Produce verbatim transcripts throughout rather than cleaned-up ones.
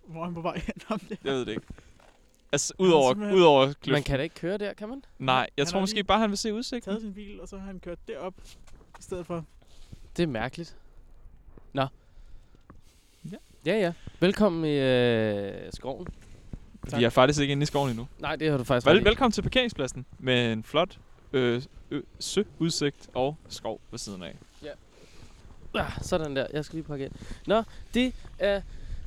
Hvor er han på vej hen om det? Jeg ved det ikke. Altså, udover, udover kløften. Man kan da ikke køre der, kan man? Nej, jeg Han tror har måske lige bare, han vil se udsigten. taget sin bil, og så har han kørt derop i stedet for. Det er mærkeligt. Nå. Ja. Ja, ja. Velkommen i øh, skoven. Vi er faktisk ikke inde i skoven endnu. Nej, det har du faktisk Vel, ret i. velkommen til parkeringspladsen med en flot øh, øh, søudsigt og skov ved siden af. Ah, sådan der. Jeg skal lige pakke ind. Nå, det er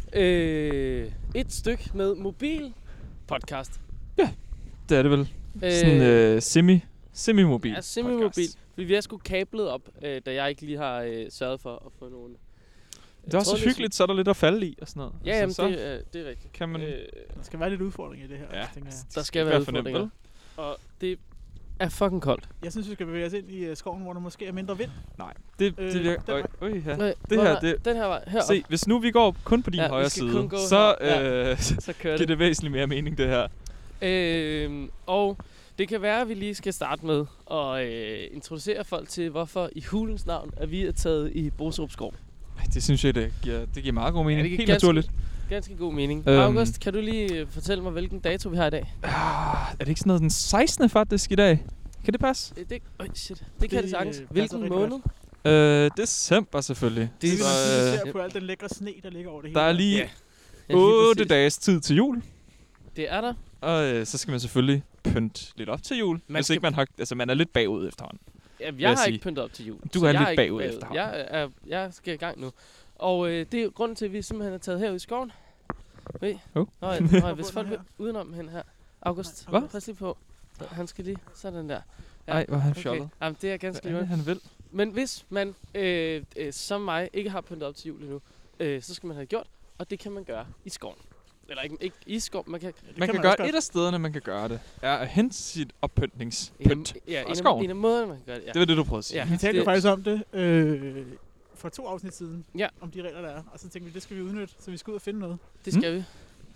øh, et stykke med mobil podcast. Det er det vel. Sådan øh, semi, semi-mobil Ja, semi-mobil. podcast. Fordi vi er sgu kablet op, øh, da jeg ikke lige har øh, sørget for at få nogle... Det er også så hyggeligt, så er der lidt at falde i og sådan noget. Ja, jamen, så, det, øh, det er rigtigt. kan man... Øh, Der skal være lidt udfordring i det her, Ja. tænker jeg. der skal være være for nemt, udfordringer. Og det er fucking koldt. Jeg synes, vi skal bevæge os ind i uh, skoven, hvor der måske er mindre vind. Nej, det, Øh, det virker... den Øj, vej. øj, ja. Nej, Det hvor her, er- det... Den her vej, herop. Se, hvis nu vi går kun på din Ja, vi højre skal side, kun gå så her. øh, Så kører giver det. det væsentligt mere mening, det her. Øhm, og det kan være, at vi lige skal starte med at øh, introducere folk til, hvorfor i hulens navn er vi er taget i Boserup Skov. Ej, det synes jeg, det giver, det giver meget god mening. Ja, det giver Helt ganske- naturligt. Ganske god mening. Øhm. August, kan du lige øh, fortælle mig, hvilken dato vi har i dag? Ah, er det ikke sådan noget den sekstende faktisk i dag? Kan det passe? Øh, det, øj, shit. Det kan det, Det, sagtens. øh, passer Hvilken rigtig måned? Øh, december selvfølgelig. Det Det er er så, sådan, øh, vi ser på al den lækre sne, der ligger over det hele. der er lige Ja. Ja, lige otte præcis. dages tid til jul. Det er der. Og øh, så skal man selvfølgelig pynte lidt op til jul. Man Hvis skal- ikke man har... Altså, man er lidt bagud efterhånden. Ja, jeg jeg har sige. ikke pyntet op til jul. Du så er jeg lidt ikke bagud efterhånden. Jeg, er, jeg skal i gang nu. Og øh, det er jo grunden til, at vi simpelthen er taget herud i skoven. Ved? Oh. Nå, ja, nå, ja, hvis Hvor folk bunden vil her? udenom hen her. August, Hvad? pas lige på. Han skal lige, sådan der. Ej, hvor er han Okay. fjollet. Jamen, det er ganske Hvad er lige. det, han vil? Men hvis man, øh, øh, som mig, ikke har pyntet op til jul endnu, øh, så skal man have det gjort, og det kan man gøre i skoven. Eller ikke, ikke i skoven, man kan... Det Man kan også gøre godt. et af stederne, man kan gøre det, er at hente sit En oppyntningspynt. af, ja, fra en af, skoven. en af måderne, man kan gøre det. Ja. Det var det, du prøvede at sige. Ja. Vi talte jo Det- faktisk om det øh, for to afsnit siden, Ja. om de regler, der er. Og så tænkte vi, det skal vi udnytte, så vi skal ud og finde noget. Det skal vi.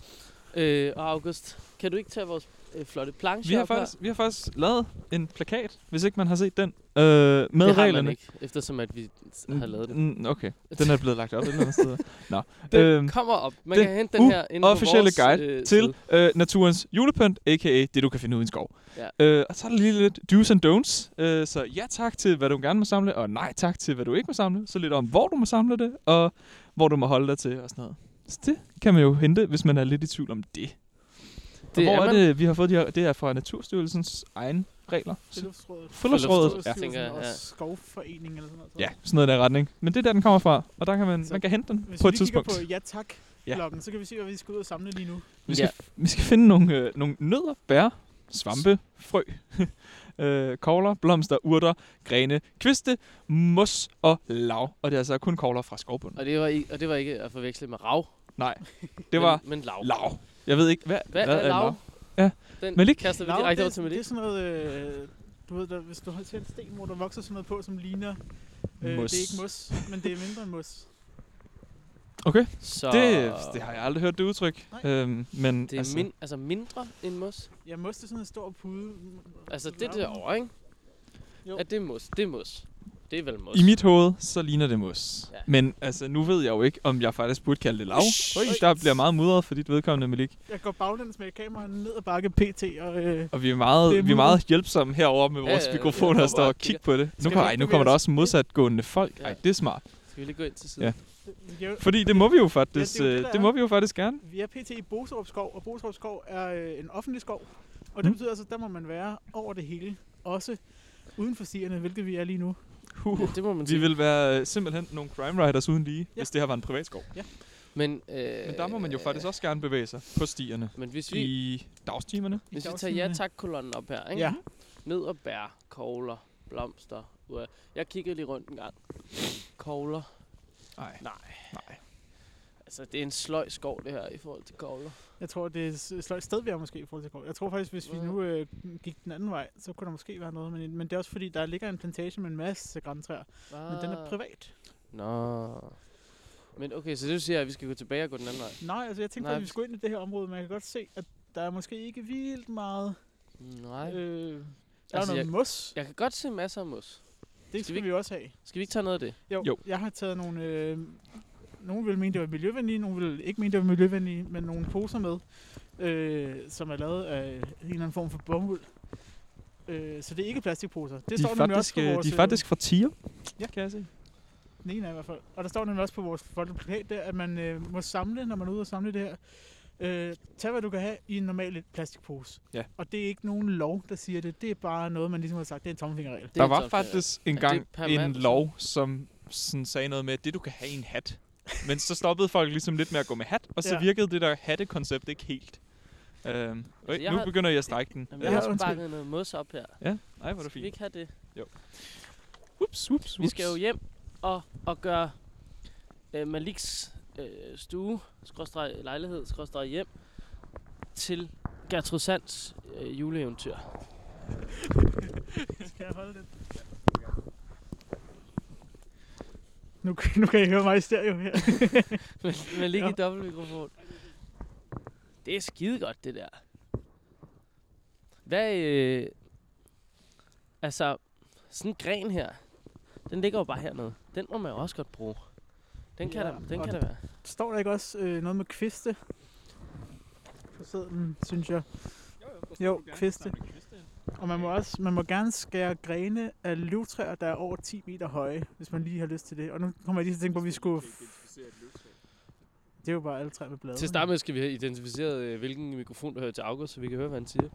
Øh, og August, kan du ikke tage vores øh, flotte planche Vi har, op her? faktisk, vi har faktisk lavet en plakat, hvis ikke man har set den, øh, med det har reglerne. man ikke, eftersom at vi s- har lavet det. Mm, okay, den er blevet lagt op et eller andet sted. Nå. Den Øhm, kommer op. Man den kan hente den her inde på officielle vores guide øh, til side. øh, naturens julepynt, a k a det, du kan finde ud i en skov. Ja. Øh, og så er der lige lidt do's and don'ts. Øh, så ja tak til, hvad du gerne må samle, og nej tak til, hvad du ikke må samle. Så lidt om, hvor du må samle det, og hvor du må holde dig til, og sådan noget. Så det kan man jo hente, hvis man er lidt i tvivl om det. Og Det hvor er er, man. det, vi har fået de her, det er fra Naturstyrelsens egen regler. Friluftsrådet. Friluftsrådet, ja. Tænker jeg, og ja. skovforening eller sådan noget. Ja, sådan noget der retning. Men det er der, den kommer fra, og der kan man, Så man kan hente den Hvis på vi et lige kigger tidspunkt. på ja tak Ja. bloggen, så kan vi se, hvad vi skal ud og samle lige nu. Vi skal, Ja. vi skal finde nogle, øh, nogle nødder, bær, svampe, frø, øh, kogler, blomster, urter, grene, kviste, mos og lav. Og det er altså kun kogler fra skovbunden. Og det var ikke, og det var ikke at forveksle med rav. Nej, det var men, men lav. lav. Jeg ved ikke, hvad, Hvad, hvad er lav? Ja. Den Malik? kaster vi Lav, direkte over det, til det er Malik. sådan noget, øh, du ved, der, hvis du har til en sten, hvor der vokser sådan noget på, som ligner, øh, Mos. det er ikke mos, men det er mindre end mos. Okay, Så det, det har jeg aldrig hørt det udtryk. Nej. Øhm, men det er altså, min, altså mindre end mos. Ja, mos det er sådan en stor pude. Altså det derovre, ikke? Jo. Er det mos? Det er mos. Det er vel mos. i mit hoved, så ligner det mos. Ja. Men altså, nu ved jeg jo ikke, om jeg faktisk burde kalde det lav. Oj. Der bliver meget mudret for dit vedkommende, Malik. Jeg går baglæns med kameraet ned ad bakke pt. Og, øh, Og vi er meget, Det er vi er mudret. meget hjælpsomme herovre med Ja, vores ja, mikrofoner jeg og står kommer og kigger på det. Nu, Skal kommer, vi ej, ikke nu bevæge kommer der os også modsatgående folk. Ja. Ej, det er smart. Skal vi lige gå ind til siden? Ja. vi, er, Fordi det må vi jo faktisk, Ja, det er jo ja, det, det, der det er. må vi jo faktisk gerne. vi er pt. i Boserup Skov, og Boserup Skov er øh, en offentlig skov. Og det Mm. betyder altså, at der må man være over det hele. Også uden for stierne, hvilket vi er lige nu. Huh. Ja, det må man Vi sige. vil være øh, simpelthen nogle crime riders uden lige, Ja. hvis det her var en privatskov. Men, øh, Men der må man jo faktisk også gerne bevæge sig på stierne Men hvis vi, i dagstimerne. hvis vi tager dagstimerne. ja tak-kolonnen op her, ikke? Ja. Ned og bær, kogler, blomster. Ur- Jeg kigger lige rundt en gang. Kogler. Nej, Nej. nej. Altså, det er en sløj skov, det her, i forhold til kogler. Jeg tror, det er et sløjt sted, vi er måske i forhold til kort. Jeg tror faktisk, hvis vi Ja. nu øh, gik den anden vej, så kunne der måske være noget. Men, men det er også fordi, der ligger en plantage med en masse grantræer. Ah. Men den er privat. Nå. Men okay, så det du siger, at vi skal gå tilbage og gå den anden vej? Nej, altså jeg tænkte, Nej, at vi skulle ind i det her område, men jeg kan godt se, at der er måske ikke vildt meget. Nej. Øh, der Altså, er noget jeg- mos. Jeg kan godt se masser af mos. Det skal skal vi vi, vi også have. Skal vi ikke tage noget af det? Jo, Jo. jeg har taget nogle øh, Nogle vil mene, det var miljøvenlige, nogle vil ikke mene, det var miljøvenlige, men nogle poser med, øh, som er lavet af en eller anden form for bomuld. Øh, så det er ikke plastikposer. Det De står er nemlig faktisk, også på øh, vores... de er faktisk fra Tier, Ja. kan jeg se. Den ene er i hvert fald. Og der står nemlig også på vores folkeplakat der, at man øh, må samle, når man er ude og samle det her. Øh, tag hvad du kan have i en normal plastikpose. Ja. Og det er ikke nogen lov, der siger det. Det er bare noget, man ligesom har sagt, det er en tommelfingerregel. Det Der er var så- faktisk Er det engang permanent, en så? lov, som sådan sagde noget med, at det du kan have i en hat. Men så stoppede folk ligesom lidt med at gå med hat, og så Ja. virkede det der hatte-koncept ikke helt. Øhm, øh, jeg nu har- begynder jeg at strække den. Jamen, Ja, jeg har undskyld. sparket noget mos op her. Ja, ej, hvor er det Skal vi fint. ikke have det? Ups, ups, Vi skal jo hjem og, og gøre øh, Maliks øh, stue, skråstreg lejlighed, skråstreg hjem, til Gertrud Sands øh, juleeventyr. Skal jeg holde det? Nu, nu kan I høre mig i stereo her. med, med lige Ja. i dobbeltmikrofon. Det er skide godt, det der. Hvad, øh, altså, sådan en gren her, den ligger jo bare hernede. Den må man jo også godt bruge. Den kan, Ja, der, den og kan der være. Står der ikke også øh, noget med kviste på sedlen, synes jeg? Jo, kviste. Og man må også man må gerne skære grene af løvtræer, der er over ti meter høje, hvis man lige har lyst til det. Og nu kommer jeg lige til at tænke på, at vi skulle... Det er jo bare alle træer med blade. Til at starte med skal vi have identificeret, øh, hvilken mikrofon der hører til August, så vi kan høre, hvad han siger.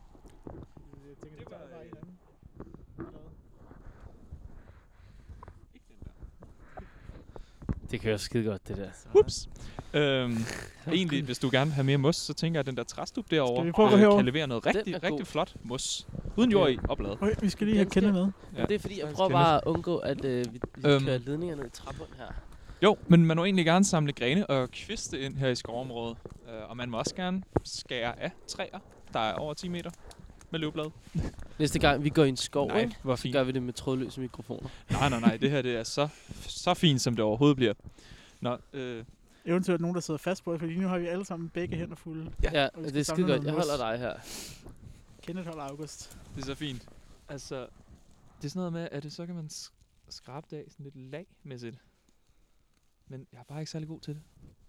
Det kan jo skide godt, det der. Ups. Øhm, egentlig, hvis du gerne vil have mere mos, så tænker jeg, at den der træstup derovre Skal vi prøve at gå herover? kan levere noget Den rigtig, er god. rigtig flot mos. Uden jord i og blade. Okay, vi skal lige have Den skal- kende med. Ja. Det er fordi, jeg Så prøver skal jeg bare at undgå, at øh, vi, vi Øhm. kører ledninger ned i trappebunden her. Jo, men man må egentlig gerne samle grene og kviste ind her i skovområdet. Uh, og man må også gerne skære af træer, der er over ti meter med løvblad. Næste gang vi går i en skov, Nej, ikke? hvor så fint. gør vi det med trådløse mikrofoner. Nej, nej, nej. Det her det er så, så fint, som det overhovedet bliver. Nå, øh, Eventuelt nogen, der sidder fast på det, fordi nu har vi alle sammen begge hænder fulde. Ja, ja og vi det skal er samle skide godt. noget Jeg mos. holder dig her. Kenneth holder August. det er så fint. Altså, det er sådan noget med, at det, så kan man sk- skrabe det af sådan lidt lagmæssigt. Men jeg er bare ikke særlig god til det.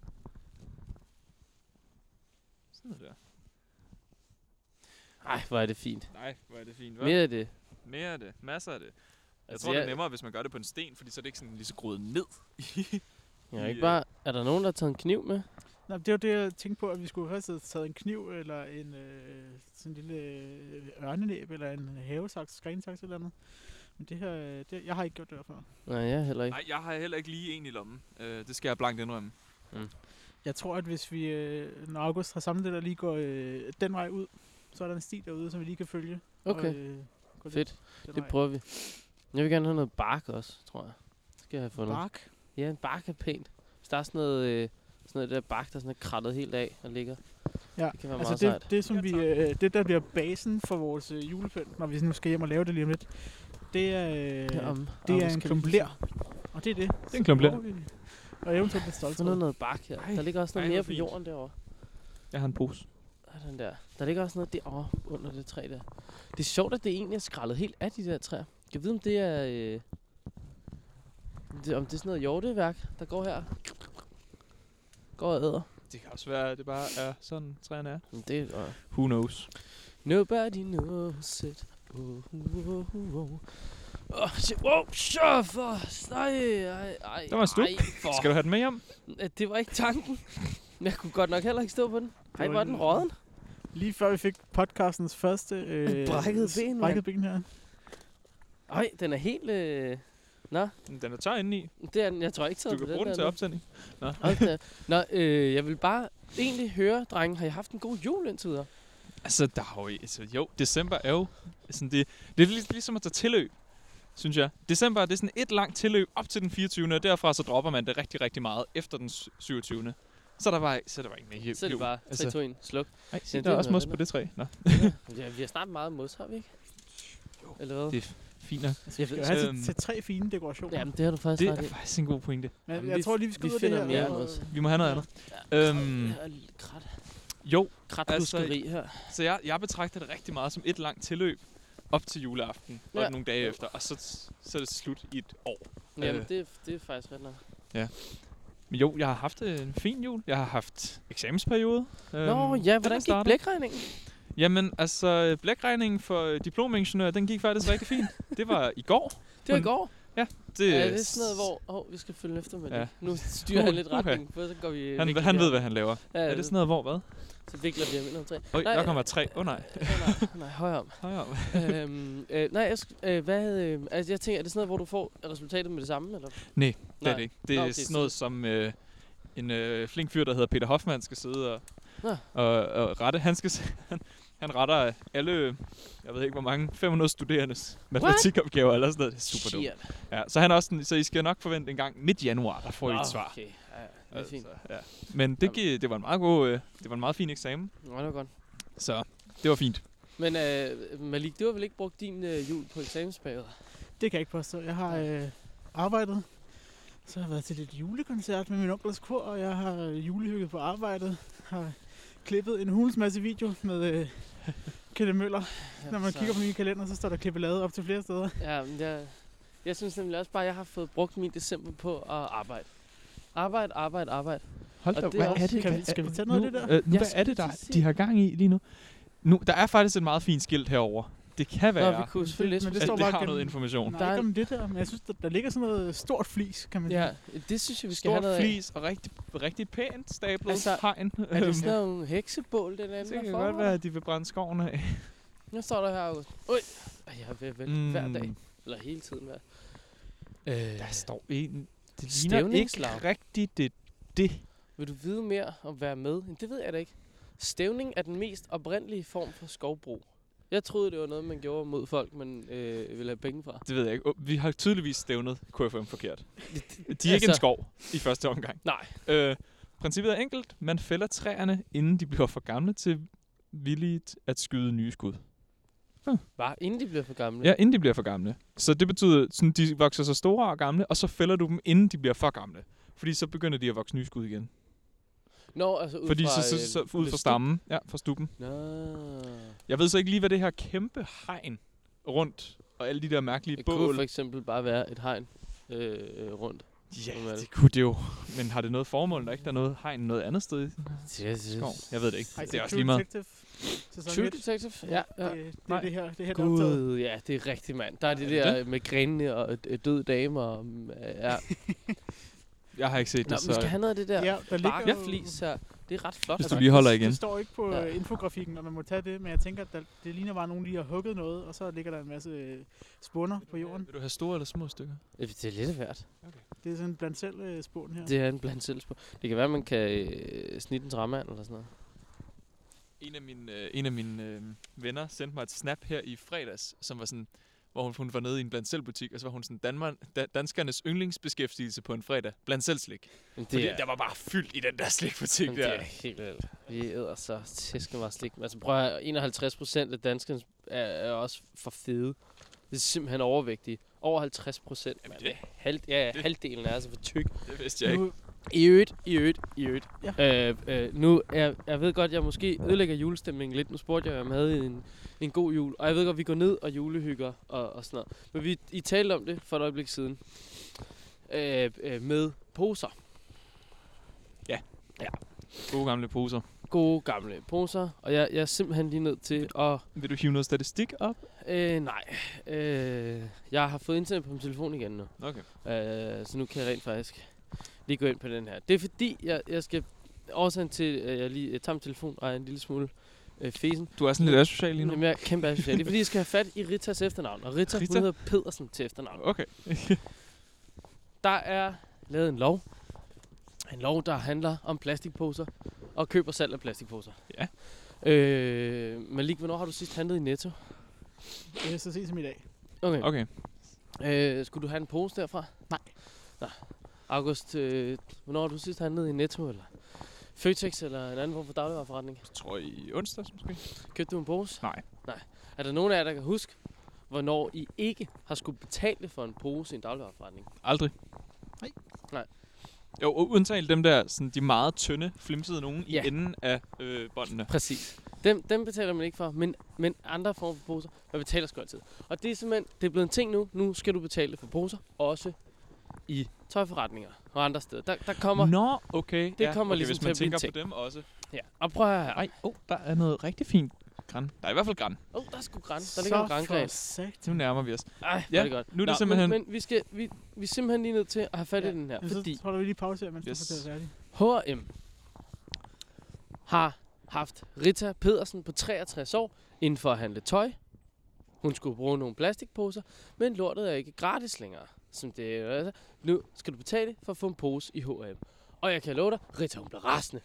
Sådan noget der. Ej, hvor er det fint. Nej, hvor er det fint, hva'? Mere af det. Mere af det. Masser af det. Jeg Altså, tror, det er jeg- nemmere, hvis man gør det på en sten, fordi så er det ikke sådan lige så groet ned. Jeg er i, ikke øh, bare... Er der nogen, der har taget en kniv med? Nå, det var det, jeg tænkte på, at vi skulle først have taget en kniv, eller en øh, sådan en lille øh, ørnenæb, eller en havesaks, grensaks eller andet. Men det her, øh, det, jeg har ikke gjort det her før. Nej, jeg er heller ikke. Nej, jeg har heller ikke lige en i lommen. Øh, det skal jeg blankt indrømme. Jeg tror, at hvis vi, øh, når August har samlet det, der lige går øh, den vej ud, så er der en sti derude, som vi lige kan følge. Okay, Og, øh, gå fedt. lidt den Det vej. prøver vi. Jeg vil gerne have noget bark også, tror jeg. Det skal jeg have fundet. Bark. Ja, en bark er pænt. Hvis der er sådan noget, øh, sådan noget der bark, der sådan er krattet helt af og ligger. Ja, Det kan være altså meget det, sejt. det, som vi, øh, det, der bliver basen for vores øh, julepynt, når vi nu skal hjem og lave det lige om lidt, det er, øh, Ja, om- det om er vi en skal klump lige ler. Og det er det. Det er en klump ler. Og eventuelt lidt stolt. Fundet noget bark her. Ej, Der ligger også noget ej, hvor mere på fint. jorden derovre. Jeg har en pose. Hvad er den der? Der ligger også noget derovre under det træ der. Det er sjovt, at det egentlig er skrællet helt af de der træer. Jeg ved, om det er... Øh, om det, om det er sådan noget hjorteværk, der går her. Går og æder. Det kan også være, at det bare er sådan, træerne er. Men det er... Who knows? Nobody knows it. Oh, oh, oh, oh. Oh, shit. Wow, sure for. Nej, ej, ej. Der var en stuk. ej, for. Skal du have den med hjem? Øh, Det var ikke tanken. Men jeg kunne godt nok heller ikke stå på den. Ej, var hvor er den en- råden. Lige før vi fik podcastens første øh, Brækket ben, mand. brækket ben her. Ej, den er helt... Øh... Nå, Den er tør indeni. det er den. Jeg tror ikke Du taget kan på bruge den der til nu. optænding. Hold da. Nå, øh, jeg vil bare egentlig høre, drenge, har I haft en god jul indtil videre? Altså, der er jo, altså, jo, december er jo sådan det, det er lig, ligesom at tage tilløb, synes jeg. December er det sådan et langt tilløb op til den fireogtyvende og derfra så dropper man det rigtig, rigtig meget efter den syvogtyvende Så er der bare, så er der bare ikke mere jul. Så er det bare tre, Altså- to, et, sluk. Nej, Ja, der det er er også noget mos andet. på det træ. Nå, Ja, vi har snart meget mos, har vi ikke? Jo. Eller hvad? det er fint nok. Altså, vi skal jo ved- have Øhm, til, til tre fine dekorationer. Jamen, det har du faktisk Det ret er i. faktisk en god pointe. Men Jamen, jeg vi- tror lige, vi skal vi ud af det finder her. mere og- mos. Vi må have noget andet. Øhm, Ja, krat. jo, Krathuskeri her. så jeg, jeg betragter det rigtig meget som et langt tilløb op til juleaften og Ja. nogle dage efter, og så, så er det slut i et år. Jamen, Øh. det, det er faktisk ret nok. Men jo, jeg har haft en fin jul. Jeg har haft eksamensperiode. Nå ja, hvordan gik blækregningen? Jamen, altså, blækregningen for diplomingeniør, den gik faktisk rigtig fint. Det var i går. Det var i går? Ja. Det, ja, det er sådan noget, hvor... Åh, oh, vi skal følge efter med det. Ja. Nu styrer uh, han lidt retning, for så går vi... Han, han ved, hvad han laver. Ja, er det sådan noget, hvor hvad? Så vikler vi ham ind om tre. Øj, der kommer tre. Åh oh, nej. nej, nej, højere om. Højere om. øhm, øh, nej, jeg, øh, hvad... Øh, altså, jeg tænker, er det sådan noget, hvor du får resultatet med det samme, eller? Nej, det er det ikke. Det er okay, sådan noget, som øh, en øh, flink fyr, der hedder Peter Hoffmann, skal sidde og, og, og rette. Han skal... Han, Han retter alle, jeg ved ikke hvor mange, fem hundrede studerendes matematikopgaver eller sådan noget. Det er super dumt. Ja, så han er også sådan, så I skal nok forvente en gang midt januar, der får I et svar. Okay, ja, ja, det er fint. Altså, ja. Men det, gik, det var en meget god, det var en meget fin eksamen. Ja, det var godt. Så det var fint. Men øh, Malik, du har vel ikke brugt din øh, jul på eksamensperioder? Det kan jeg ikke påstå. Jeg har øh, arbejdet, så har jeg været til lidt julekoncert med min onkels kor, og jeg har julehygget på arbejdet. Har klippet en hulens masse video med øh, Kjelle Møller. Ja, når man så kigger på min kalender, så står der klippe lavet op til flere steder. Ja, men jeg, jeg synes nemlig også bare, at jeg har fået brugt min december på at arbejde. Arbejde, arbejde, arbejde. Hold da, hvad er det? Kan vi, skal vi tage noget nu, af det der? Øh, nu, hvad er det, der de har gang i lige nu? Nu, der er faktisk et meget fint skilt herover. Det kan være, Nå, vi kunne selvfølgelig det, men det, at står det bare har gennem, noget information. Nej, ikke om det der, men jeg synes, der, der ligger sådan noget stort flis, kan man sige. Ja, det synes jeg, vi skal stort have noget flis og rigtig, rigtig pænt stablet altså, hegn. Er det sådan nogle heksebål, den anden? Det kan godt være, at de vil brænde skoven af. Nu står der her, August. Ui, jeg er ved at vælge mm. hver dag. Eller hele tiden hver. Øh, der står en. Det ligner ikke rigtigt det, det. Vil du vide mere om at være med? Det ved jeg da ikke. Stævning er den mest oprindelige form for skovbrug. Jeg troede, det var noget, man gjorde mod folk, man øh, ville have penge fra. Det ved jeg ikke. Vi har tydeligvis stævnet K F M forkert. De er altså ikke en skov i første omgang. Nej. Øh, princippet er enkelt. Man fælder træerne, inden de bliver for gamle til villigt at skyde nye skud. Hmm. Hvad? Inden de bliver for gamle? Ja, inden de bliver for gamle. Så det betyder, at de vokser så store og gamle, og så fælder du dem, inden de bliver for gamle. Fordi så begynder de at vokse nye skud igen. Nå, altså ud Fordi fra... så, så, så ud fra stammen. Ja, fra stuppen. Nå. Jeg ved så ikke lige, hvad det her kæmpe hegn rundt, og alle de der mærkelige det bål... Det kunne for eksempel bare være et hegn øh, rundt. Ja, det? det kunne det jo. Men har det noget formål, når ikke der er noget hegn noget andet sted i skov? Jeg ved det ikke. Ej, det er også lige meget. True Detective? Ja. ja. Det, det er det her, det her Gud, der ja, det er rigtigt, mand. Der er det der det? med grenene og død dame og... Ja. Jeg har ikke set Nå, det, så... vi skal have noget af det der ja, der barkflis her. Det er ret flot. Hvis du lige holder igen. Det står ikke på ja. infografikken, og man må tage det, men jeg tænker, at der, det ligner bare, at nogen lige har hugget noget, og så ligger der en masse spunder på jorden. Vil du have store eller små stykker? Det er lidt værd. Okay. Det er sådan en blandt selv øh, spån her. Det er en blandt selv spån. Det kan være, at man kan øh, snitte en træmand eller sådan noget. En af mine, øh, en af mine øh, venner sendte mig et snap her i fredags, som var sådan... hvor hun, hun var nede i en blandt selv butik, og så var hun sådan Danmark, da, danskernes yndlingsbeskæftigelse på en fredag, blandt selv slik. Det Fordi er, der var bare fyldt i den der slikbutik der. Det er helt vildt. Vi æder så tæske meget slik. Altså prøv at høre, enoghalvtreds procent af danskerne er, er også for fede. Det er simpelthen overvægtige. Over halvtreds procent. Det, halv, ja, det, halvdelen er altså for tyk. Det vidste jeg ikke. I øvrigt, i øvrigt, i øvrigt. Ja. Øh, øh, nu, jeg, jeg ved godt, jeg måske ødelægger julestemningen lidt. Nu spurgte jeg, om jeg havde en, en god jul. Og jeg ved godt, vi går ned og julehygger og, og sådan noget. Men vi, I talte om det for et øjeblik siden. Øh, øh, med poser. Ja. Ja. Gode gamle poser. Gode gamle poser. Og jeg, jeg er simpelthen lige nødt til at... Vil du hive noget statistik op? Øh, nej. Øh, jeg har fået internet på min telefon igen nu. Okay. Øh, så nu kan jeg rent faktisk... lige gå ind på den her. Det er fordi, jeg, jeg skal... Årsagen til, at jeg lige tager min telefon og er en lille smule øh, fesen. Du er sådan lidt asocial lige nu? Jamen, jeg er kæmpe asocial. Det er fordi, jeg skal have fat i Ritas efternavn. Og Rita, Rita? Hun hedder Pedersen til efternavn. Okay. Der er lavet en lov. En lov, der handler om plastikposer. Og køb og salg af plastikposer. Ja. Øh, Malik, hvornår har du sidst handlet i Netto? Det er så sent som i dag. Okay. Okay. Øh, skulle du have en pose derfra? Nej. Nå. August, øh, hvornår har du sidst handlet i Netto, eller Føtex, eller en anden form for dagligvareforretning? Jeg tror i onsdags måske. Købte du en pose? Nej. Nej. Er der nogen af jer, der kan huske, hvornår I ikke har skulle betale for en pose i en dagligvareforretning? Aldrig. Nej. Nej. Jo, og undtagen dem der, sådan de meget tynde, flimsede nogen ja. i enden af øh, båndene. Præcis. Dem, dem betaler man ikke for, men, men andre former for poser, man betaler sgu altid. Og det er simpelthen, det er blevet en ting nu. Nu skal du betale for poser, også i tøjforretninger og andre steder. Der, der kommer... Nå, okay. Det ja, kommer okay, ligesom hvis til man at blive tænker en ting. på dem også. Ja, og prøv at høre her. Ej, oh, der er noget rigtig fint græn. Der er i hvert fald græn. Åh, oh, der er sgu græn. Der ligger en grængren. sagt. Nu nærmer vi os. Ej, Ja, ja, det godt. nu er det Nå, simpelthen... Men, men vi, skal, vi, vi er simpelthen lige nødt til at have fat i Ja, den her, Men fordi så holder vi lige pause her, mens Yes. du fortæller færdig. H og M har haft Rita Pedersen på treogtres år inden for at handle tøj. Hun skulle bruge nogle plastikposer, men lortet er ikke gratis længere. Som det er, altså, nu skal du betale for at få en pose i H og M. Og jeg kan love dig, Rita, hun blev rasende.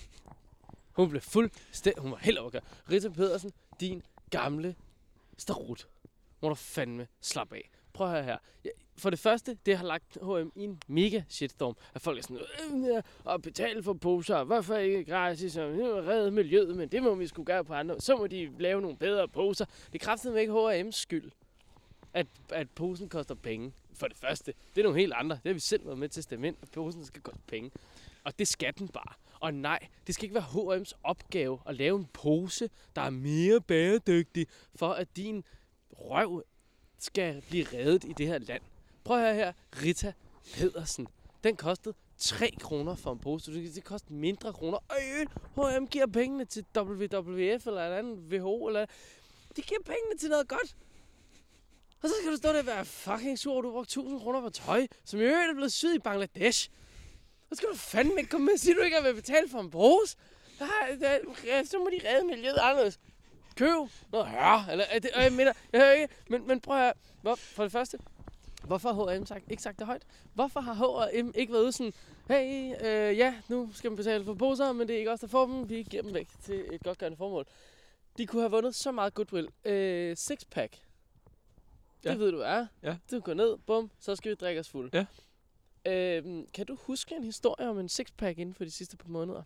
Hun blev fuldstændig... Hun var helt overgør. Rita Pedersen, din gamle starut. Må du fandme slappe af. Prøv at høre her. Ja, for det første, det har lagt H og M i en mega shitstorm. At folk er sådan, øh, og betale for poser. Hvorfor ikke gratis? Og redde miljøet, men det må vi sgu gøre på andre. Så må de lave nogle bedre poser. Det er kraftedeme ikke H og M's skyld, at, at posen koster penge. For det første. Det er nogle helt andre. Det har vi selv været med til at stemme ind, at posen skal koste penge. Og det skal den bare. Og nej, det skal ikke være H og M's opgave at lave en pose, der er mere bæredygtig, for at din røv skal blive reddet i det her land. Prøv at høre her, Rita Pedersen. Den kostede tre kroner for en pose. Det koster mindre kroner. Øh, H og M giver pengene til W W F eller en anden W H O. Eller... De giver pengene til noget godt. Og så skal du stå der og være fucking sur, og du har brugt tusind kroner på tøj, som i øvrigt er blevet syet i Bangladesh. Så skal du fandme ikke komme med og sige, at du ikke vil betale for en pose. Der, der, så må de redde miljøet anderledes. Køb noget hør, eller det, jeg mener, jeg hører ikke, men, men prøv at høre, hvor, for det første, hvorfor har H og M sagt, ikke sagt det højt? Hvorfor har H og M ikke været ude sådan, hey, øh, ja, nu skal man betale for poser, men det er ikke os, der får dem, vi giver dem væk til et godtgørende formål. De kunne have vundet så meget goodwill. Øh, six-pack, ja. Det ved du er. Ja. Du går ned, bum, så skal vi drikke os fuld. Ja. Øh, kan du huske en historie om en six-pack inden for de sidste par måneder?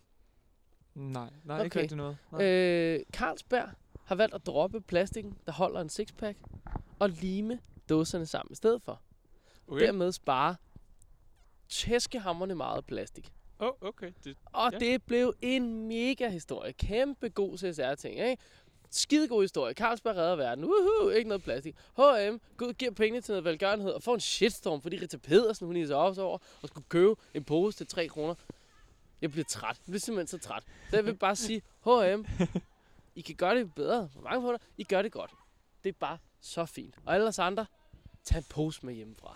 Nej, nej, Okay. ikke rigtig noget. Nej. Øh, Carlsberg har valgt at droppe plastikken, der holder en sixpack, og lime dåserne sammen i stedet for. Okay. Dermed spare tæskehamrende meget plastik. Oh, okay. Det, Og ja. det blev en mega historie. Kæmpe god C S R-ting, ikke? Skidegod historie. Carlsberg redder verden. Uhu, ikke noget plastik. H og M går ud, giver penge til noget velgørenhed og får en shitstorm, fordi Rita Pedersen, hun sig op over og skulle købe en pose til tre kroner. Jeg bliver træt. Jeg bliver simpelthen så træt. Så jeg vil bare sige, H og M, I kan gøre det bedre. På mange punkter, I gør det godt. Det er bare så fint. Og alle os andre, tag en pose med hjemmefra.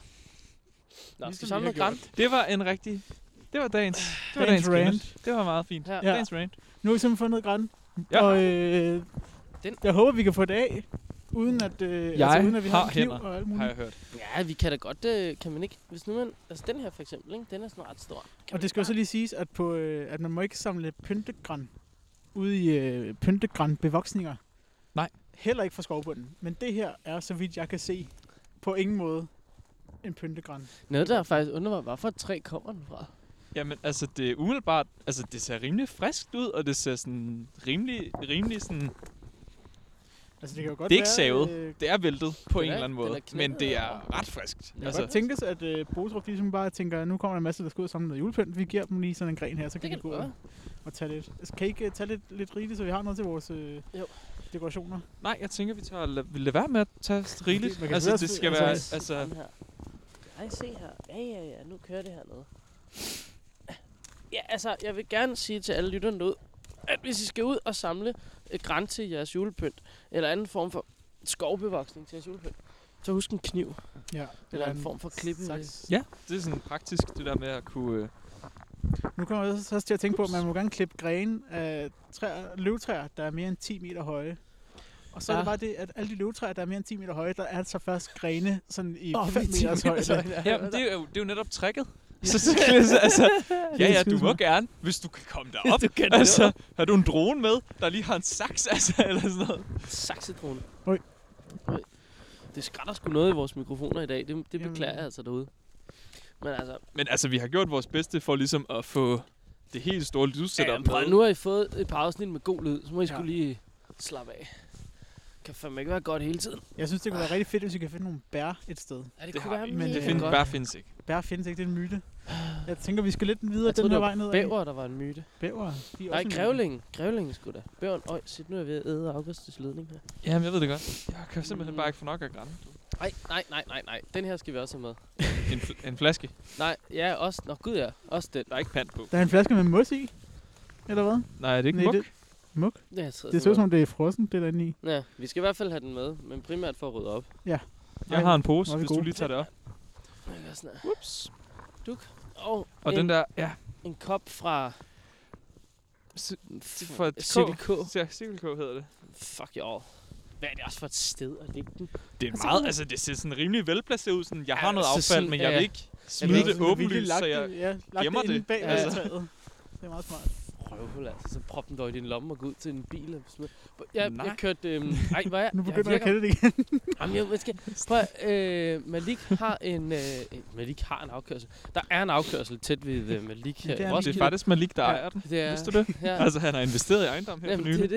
Nå, skal vi samle noget græn? det var en rigtig... Det var dagens, det var Dagens dagens rant. rant. Det var meget fint. Ja. Ja. Ja. Dagens rant. Nu har vi simpelthen fundet græn. Ja. Og øh, Den- jeg håber, vi kan få det af, uden at, øh, Jeg altså, uden at vi har, har en kniv hænder, og alt Har muligt. jeg hørt. Ja, vi kan da godt, øh, kan man ikke, hvis nu man, altså den her for eksempel, ikke? Den er sådan ret stor. Kan Og det skal jo så lige siges, at, på, øh, at man må ikke samle pyntegran ude i øh, pyntegran bevoksninger. Nej. Heller ikke fra skovbunden. Men det her er, så vidt jeg kan se, på ingen måde en pyntegran. Noget, der faktisk undrer mig, hvorfor et træ kommer den fra? Jamen, altså, det er umiddelbart... Altså, det ser rimelig friskt ud, og det ser sådan rimelig... rimelig sådan... Altså, det kan jo godt Det er ikke være, savet. Øh, Det er væltet på Den en er- eller anden den er måde. knækket, Men det er og- ret friskt. det kan Altså, godt tænkes, at øh, Bostrup ligesom bare tænker, nu kommer der en masse, der skal ud og samle noget julepynt. Vi giver dem lige sådan en gren her, så Det kan kan de gå det og, gøre. og tage lidt. Altså, kan I ikke uh, tage lidt, lidt rigeligt, så vi har noget til vores øh, Jo. dekorationer? nej, jeg tænker, vi tager... Lad, vi lader være med at tage rigeligt. Man kan Altså, sidde og det sp- skal altså, være... s- Altså, Sådan her. Ej, se her. Ja, ja, ja. Nu kører det hernede. Ja, altså, jeg vil gerne sige til alle lytterne derude, at hvis I skal ud og samle et græn til jeres julepynt, eller anden form for skovbevoksning til jeres julepynt, så husk en kniv. Ja. Eller en form for klippe. saks. ja, det er sådan praktisk, det der med at kunne... Øh, Nu kommer jeg også til at tænke på, at man må gerne klippe grene af træer, løvtræer, der er mere end ti meter høje. Og så ja. er det Ja. bare det, at alle de løvtræer, der er mere end ti meter høje, der er så først grene sådan i Åh, fem med ti meters meters højde. højde. ja, men det er, jo, det er jo netop tricket. Så, så, så altså, ja, ja, du må skidesmart. gerne, hvis du kan komme derop. Du kan Altså, har du en drone med, der lige har en saks, altså, eller sådan noget? Saksedrone. Oj. Oj. Det skrætter sgu noget i vores mikrofoner i dag. Det, det Jamen. beklager jeg altså derude. Men altså, Men altså, vi har gjort vores bedste for ligesom at få det helt store lydsetup ja, prøv, med. nu har I fået et par afsnit med god lyd, så må I Ja. sgu lige slappe af. Kan fandme ikke være godt hele tiden. Jeg synes, det kunne være rigtig fedt, hvis vi kan finde nogle bær et sted. Ja, Det kunne har være vi, men men det det er find, godt. bare findes ikke. Bær findes ikke, det er en myte. Jeg tænker, vi skal lidt videre Jeg den troede, her det vej var ned. bæver, der var en myte. Bæver. De er Nej, også en myte. grævlingen. Grævlingen skulle da. Bæveren. Øj, shit, nu er jeg ved at æde Augustus ledning her. Jamen, jeg ved det godt. Jeg kan simpelthen bare ikke få nok af græn. Nej, nej, nej, nej, nej. Den her skal vi også have med. En, fl- en flaske. Nej, ja, også. Nå, gud ja. Også den. Der er ikke pant på. Der er en flaske med mos i. Eller hvad? Nej, er det ikke Nej, muk? det- Muk? Ja, så, Det ser ud som om, det er frossen, det der inde i. Ja, vi skal i hvert fald have den med, men primært for at rydde op. Jeg har en pose, hvor er vi hvis du gode. lige tager det op. Jeg gør sådan her. Ups. Og, Og en, den der, ja. en kop fra... S- f- for Cirkel K. Ja, Cirkel K hedder det. Fuck jo. Hvad er det også for et sted at lægge den? Det er Altså, meget, sådan- altså det ser sådan rimelig velplaceret ud. Sådan, jeg har Ja, noget så affald, sådan- men ja, jeg vil ja. ikke Ja, smide det det er åbenlyst, lagt så jeg... det, ja, lagt gemmer det inde det. bag Ja. ved træet. Det er meget smart. Røvhul, altså. Så prop den dog i din lomme og gå ud til en bil. Og smid. Jeg, Nej. jeg kørte... Øhm, ej, hvor er jeg? Nu begynder jeg, jeg at kende det igen. Jamen, jeg, jeg skal, prøv at, øh, Malik har en... Øh, Malik har en afkørsel. Der er en afkørsel tæt ved øh, Malik her Ja, det i er Det Roskilde. er faktisk Malik, der Ja, ejer den. Det er, Vidste du det? Ja. Altså, han har investeret i ejendom her for Jamen, nylig. det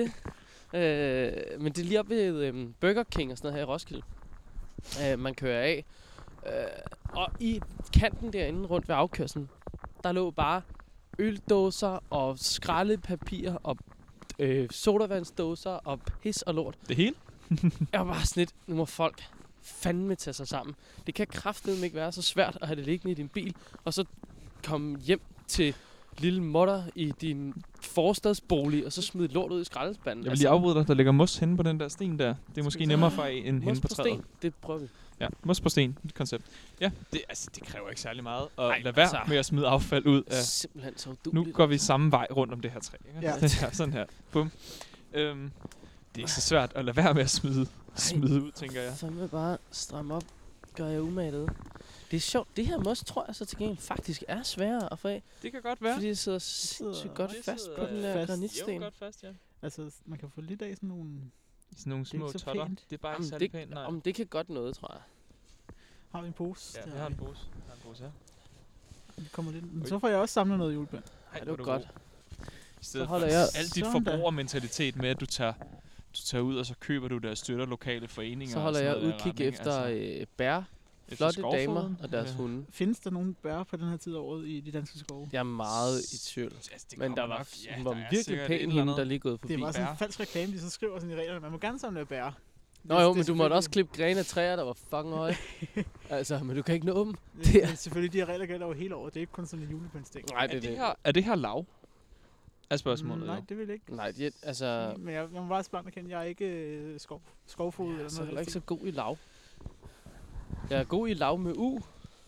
er det. Øh, men det er lige oppe ved øhm, Burger King og sådan noget her i Roskilde. Øh, man kører af. Øh, og i kanten derinde rundt ved afkørslen, der lå bare øldåser og skraldepapir og øh, sodavandsdåser og pis og lort. Det hele? Jeg var bare sådan lidt, nu må folk fandme tage sig sammen. Det kan kraftedeme ikke være så svært at have det liggende i din bil, og så komme hjem til lille mutter i din forstadsbolig, og så smide lort ud i skraldespanden. Jeg vil lige afbryde dig. Der ligger mos hende på den der sten der. Det er måske nemmere for en end hende på træet. sten, det prøver vi. Ja, mos på sten. Et koncept. Ja, det, altså, det kræver ikke særlig meget. Og Ej, lad være altså. med at smide affald ud Ja. af... Simpelthen så Nu udueligt. går vi samme vej rundt om det her træ. Ikke? Ja. ja, sådan her. Bum. Øhm, det er ikke så svært at lade være med at smide, smide ud, tænker jeg. Så vil bare stramme op, gør jeg umaget. Det er sjovt. Det her mos, tror jeg så til gengæld faktisk er sværere at få af, Det kan godt være. fordi det sidder sindssygt godt det fast sidder på den der fast. granitsten. Jo, godt fast, ja. Altså, man kan få lidt af sådan nogle... Sådan nogle Det er små ikke så totter. pænt. Det er bare ikke Jamen, særlig det, pænt, nej. om det kan godt noget, tror jeg. Har vi en pose? Ja, Der vi har en er- pose. Vi har en pose her. Det kommer lidt. Men så får jeg også samlet noget julebøn. Ej, Ja, det var hvor er du godt. god. I stedet Så holder for jeg- alt dit Sådan da. forbrugermentalitet med, at du tager, du tager ud, og så køber du der støtter lokale foreninger. Så og holder sådan jeg noget i udkig retning, efter altså. øh, bær, Efter flotte damer skovfoden. og deres Ja. hunde. Findes der nogen bær på den her tid af året i de danske skove? Jeg er meget i tvivl. Altså, det Men der kommer var, nok. Ja, hun var der er virkelig sikkert et pæn, eller hende, andet. der lige gået forbi. Det er bare sådan bær. en falsk reklame, de så skriver sådan i reglerne. Man må gerne samle bær. Nå Det- jo, det er men du måtte også selvfølgelig- klippe grene af træer, der var fucking høje. Altså, men du kan ikke nå dem. Det, Det er- er selvfølgelig, de her regler gælder over hele året. Det er ikke kun sådan en julepynsting. Nej, det Er er det det. her, er det her lav? Er spørgsmålet Mm, nej, jo. det vil jeg ikke. Nej, de, altså, Men jeg, jeg må bare blankt erkende, jeg er ikke øh, skov, skovfod jeg eller er så noget. heller ikke så god i lav. Jeg er god i lav med u,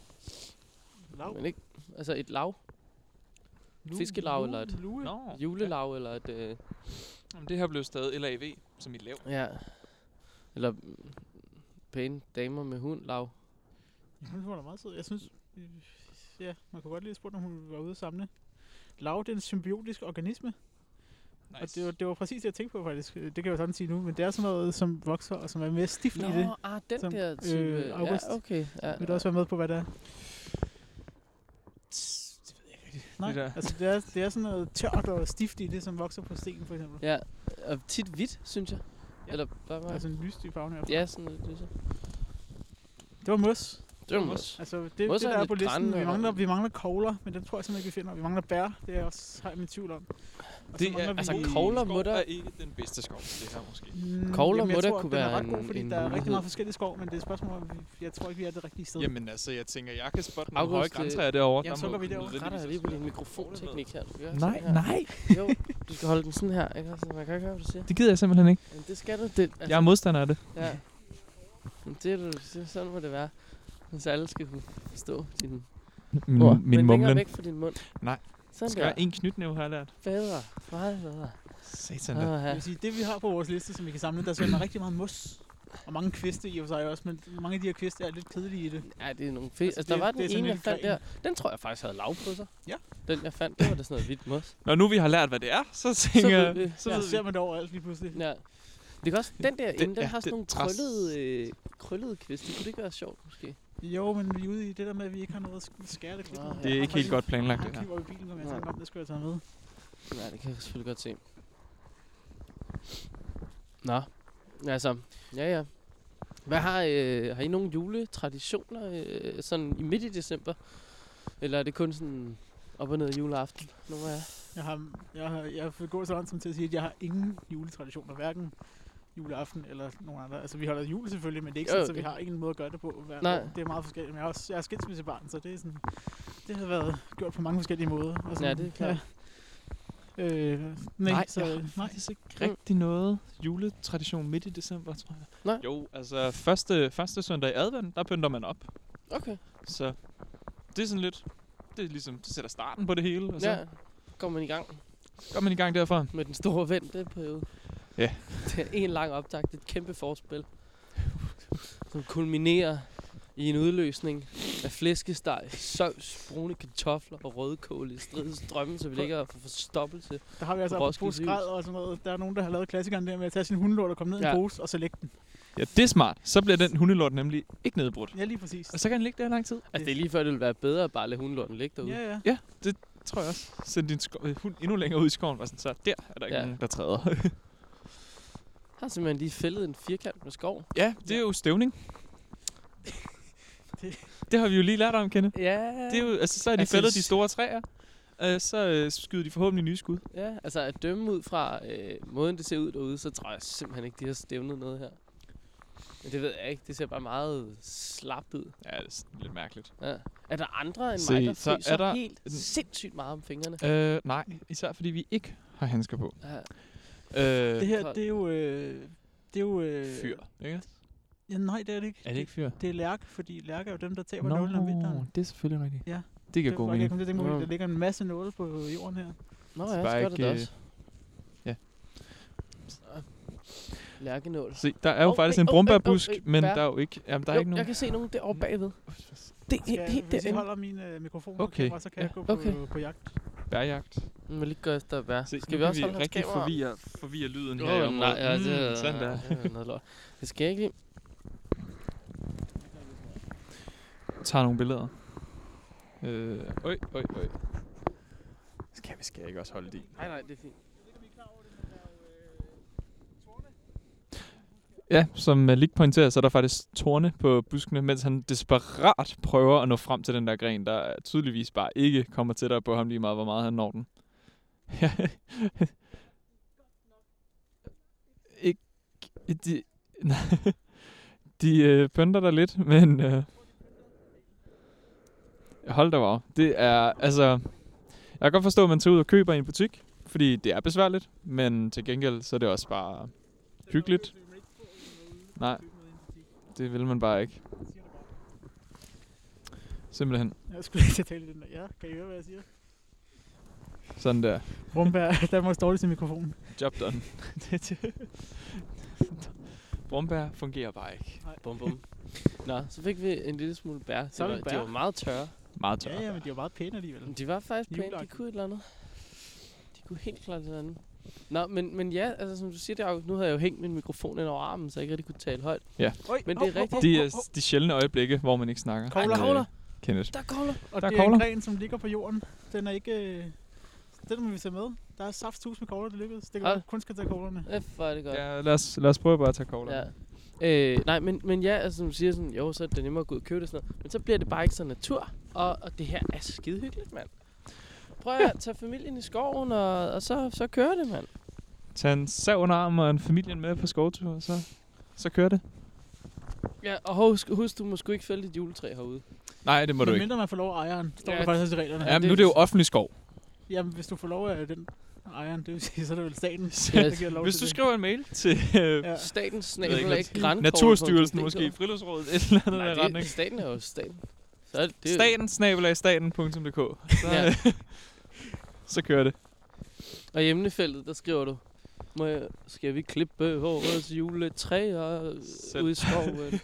Lav. men ikke, altså et lav, Lu- fiskelav lu- eller et- lue. Nå, julelav eller et, øh, ja. Jamen, det her blev stadig L A V, som i lav. ja, eller mm, pæne damer med hund lav. Hun var da meget sød. Jeg synes, øh, ja, man kunne godt lige spurgt, om hun var ude at samle. Lav, det er en symbiotisk organisme. Nice. Og det var, det var præcis det, jeg tænkte på faktisk. Det kan jeg jo sådan sige nu, men det er sådan noget, som vokser og som er mere stift i det. Nå, ah, den Som, der type. øh, august. Ja, okay. Ja, Vil du også være med på, hvad det er? Det ved jeg ikke rigtig. Nej, Det der. altså det er, det er sådan noget tørt og stift i det, som vokser på sten for eksempel. Ja, og tit hvidt, synes jeg. Ja. Eller hvad var Altså det? en lyst i farven her. Ja, sådan lidt lyse. Det var mos. Det var mos. Altså det, Mos det er der er lidt på listen, grænne, vi og- mangler, vi mangler kogler, men den tror jeg simpelthen ikke, vi finder. Vi mangler bær, det er også, har jeg min tvivl om. Og så Det mangler er, vi- altså, god kogler skov må der- er ikke den bedste skov, det her måske. Mm, Kogler jamen, jeg må da tror, kunne den er være ret god, en- fordi en der er rigtig mulighed. meget forskellige skov, men det er et spørgsmål, om vi, jeg tror ikke, vi er det rigtige sted. Jamen altså, jeg tænker, jeg kan spotte nogle August, høje øh, græntræer derovre. jamen, der så må går vi derover. nødvendigvis Retter jeg lige på også din være mikrofonteknik her. Du gør Nej, sådan her. nej. Jo, du skal holde den sådan her, ikke? Så man kan ikke høre, hvad du siger. Det gider jeg simpelthen ikke. Men det skal du. Det, altså, Jeg er modstander af det. Ja. Men det er du, det, sådan må det være. Hvis alle skal kunne forstå din Min, ord. min Men længere mumlen. væk fra din mund. Nej. Sådan Skal der. jeg en knytnæve, har jeg lært. Bedre. Meget bedre. Satan da. Ah, Jeg ja. vil sige, det vi har på vores liste, som vi kan samle, der er rigtig meget mos. Og mange kviste i og for sig også, men mange af de her kviste er lidt kedelige i det. Ja, det er nogle fedt. Altså, Altså, der det- var det den er sådan ene, jeg lidt fandt gren. der. Den tror jeg faktisk havde lav på sig. Ja. Den, jeg fandt, det var da sådan noget hvidt mos. Når nu vi har lært, hvad det er, så tænker ved jeg... vi. Så Ja, ved så vi. ser man det overalt lige pludselig. Ja. Det kan også, den der Den- inde, den ja, har sådan den nogle træs- krøllede, øh, krøllede kviste. Kunne det ikke være sjovt, måske? Jo, men vi er ude i det der med, at vi ikke har noget at sk- skære det klip. Nå, med. ja. Det er Jeg ikke har helt godt planlagt, faktisk det her. en kniv over i bilen, som jeg Nej. tænker om, det skulle jeg tage med. Nej, det kan jeg selvfølgelig godt se. Nå, altså, ja ja. Hvad har, øh, har I nogle juletraditioner øh, sådan i midt i december? Eller er det kun sådan op og ned juleaften? Nogle af jer? Jeg har, jeg har, jeg har fået gå så langt som til at sige, at jeg har ingen juletraditioner, hverken juleaften eller nogen andre. Altså, vi holder jul selvfølgelig, men det er ikke Jo, sådan, så det- vi har ikke en måde at gøre det på hver Nej. år. Det er meget forskelligt. Men jeg er også jeg er skilsmissebarn, så det er sådan, det har været gjort på mange forskellige måder. Og sådan, Ja, det er klart. Ja. Øh, nej, Nej, så, jeg har nej. faktisk ikke rigtig noget juletradition midt i december, tror jeg. Nej. Jo, altså første, første søndag i advent, der pynter man op. Okay. Så det er sådan lidt, det er ligesom, det sætter starten på det hele, og så Ja, går man i gang går man i gang derfra. med den store venteperiode. Ja. Det er en lang optakt, det er et kæmpe forspil, som kulminerer i en udløsning af flæskesteg, sovs, brune kartofler og rødkål i stridsstrømme, så vi ligger og får forstoppelse. Der har vi altså På apropos Roskilde skrald og sådan noget. Der er nogen, der har lavet klassikeren der med at tage sin hundelort og komme ned i Ja. en pose, og så lægge den. Ja, det er smart. Så bliver den hundelort nemlig ikke nedbrudt. Ja, lige præcis. Og så kan den ligge der i lang tid. Altså, det er lige før, det ville være bedre at bare lade hundelorten ligge derude. Ja, ja. Ja, det tror jeg også. Send din sko- øh, hund endnu længere ud i skoven, og sådan, så der er der ikke Ja. nogen, der træder. Har simpelthen lige fældet en firkant med skov. Ja, det er jo stævning. Det- Det har vi jo lige lært om, Kenneth. Ja, Det er jo, altså, så er de Altså, fældet s- de store træer, øh, så øh, skyder de forhåbentlig nye skud. ja, altså at dømme ud fra øh, måden, det ser ud derude, så tror jeg simpelthen ikke, de har stævnet noget her. Men det ved jeg ikke. Det ser bare meget slapt ud. Ja, det er sådan lidt mærkeligt. Ja. Er der andre end Se, mig, der så fryser er der- helt sindssygt meget om fingrene? Øh, nej, især fordi vi ikke har handsker på. Ja. Øh, Det her, koldt. det er jo... Øh, det er jo... Øh, fyr, ikke? Ja, nej, det er det ikke. Er det ikke fyr? Det er lærke, fordi lærke er jo dem, der taber nålen om vinteren. det er selvfølgelig rigtigt. Ja. Det giver Det god var- jeg mening. kom til at tænke på, at Mm. der ligger en masse nåle på jorden her. Nå Det er ja, bare så gør det ikke, da øh, også. ja. Lærkenål. Se, der er jo Åh, faktisk øh, en åh, brumbærbusk, øh, øh, men bær. der er jo ikke, jamen, der er jo, ikke nogen. jeg kan se nogen derovre bagved. Det er Skal helt, jeg, helt hvis I derinde. holder min øh, mikrofon Okay. okay. kamera, så kan Ja. jeg gå på, Okay. på jagt. Bærjagt. Vi må lige gå efter at bære. Se, Skal nu vi kan også holde hans rigtig kamera? forvirre, forvirre lyden Åh, her i nej, området. ja, det, Mm, er- sådan der. det er noget lort. Det skal jeg ikke lide. Tager nogle billeder. Øh, øj, øj, øj. Skal vi skal jeg ikke også holde det i? Nej, nej, det er fint. Ja, som Malik pointerer, så er der faktisk torne på buskene, mens han desperat prøver at nå frem til den der gren, der tydeligvis bare ikke kommer tættere på ham lige meget, hvor meget han når den. ikke... De, nej, de øh, pynter der lidt, men... Øh, hold da op. Det er, altså... Jeg kan godt forstå, at man tager ud og køber i en butik, fordi det er besværligt, men til gengæld, så er det også bare hyggeligt. Nej, det vil man bare ikke. Simpelthen. Jeg skulle lige til at tale i den der. Ja, kan I høre, hvad jeg siger? Sådan der. Brumbær, Danmarks dårligste mikrofon. Job done. Brumbær fungerer bare ikke. Bum, bum. Nå, så fik vi en lille smule bær. Så er Det vi var, de bær. var meget tørre. Meget tør. Ja, ja, men de var meget pæne alligevel. De var faktisk pæne. De Juleagtigt. kunne et eller andet. De kunne helt klart et eller andet. Nå, men, men ja, altså som du siger, det er jo, nu havde jeg jo hængt min mikrofon ind over armen, så jeg ikke rigtig kunne tale højt. Oj, Men det er rigtigt. De er de sjældne øjeblikke, hvor man ikke snakker. Kogler. Øh, Kogler. Kenneth. Der er kogler. Og Der er det er kogler. en gren, som ligger på jorden. Den er ikke... øh, Den må vi tage med. Der er saftus med kogler, det lykkedes. Det kan Hold. være, kun skal tage koglerne. F, hvor er det godt. Ja, lad os, lad os prøve bare at tage kogler. Ja. Øh, nej, men, men ja, altså som du siger sådan, jo, så er det nemmere at gå ud og købe det sådan noget. Men så bliver det bare ikke så natur, og, og det her er skide hyggeligt, mand. Prøv at tage familien i skoven, og, og så, så kører det, mand. Tag en sav under armen og en familien med på skovtur, og så, så kører det. Ja, og husk, husk du må sgu ikke fælde dit juletræ herude. Nej, det må du Men ikke. mindre man får lov af ejeren, står Ja, der faktisk også i reglerne. Ja, men nu er det jo offentlig skov. Jamen, hvis du får lov af den ejeren, det vil sige, så er det vel staten, Yes. der giver lov Hvis til du det. skriver en mail til øh, Ja. Statens ved ikke, snabel hvad- grandkort. Naturstyrelsen måske, Friluftsrådet, et eller andet Nej, der det, retning. staten er jo staten. Så er det, det er jo- Staten, snabelag staten punktum d k. Så, Ja. så kører det. Og i emnefeltet, der skriver du, må jeg, skal vi klippe vores juletræ og Selv. ude i skoven?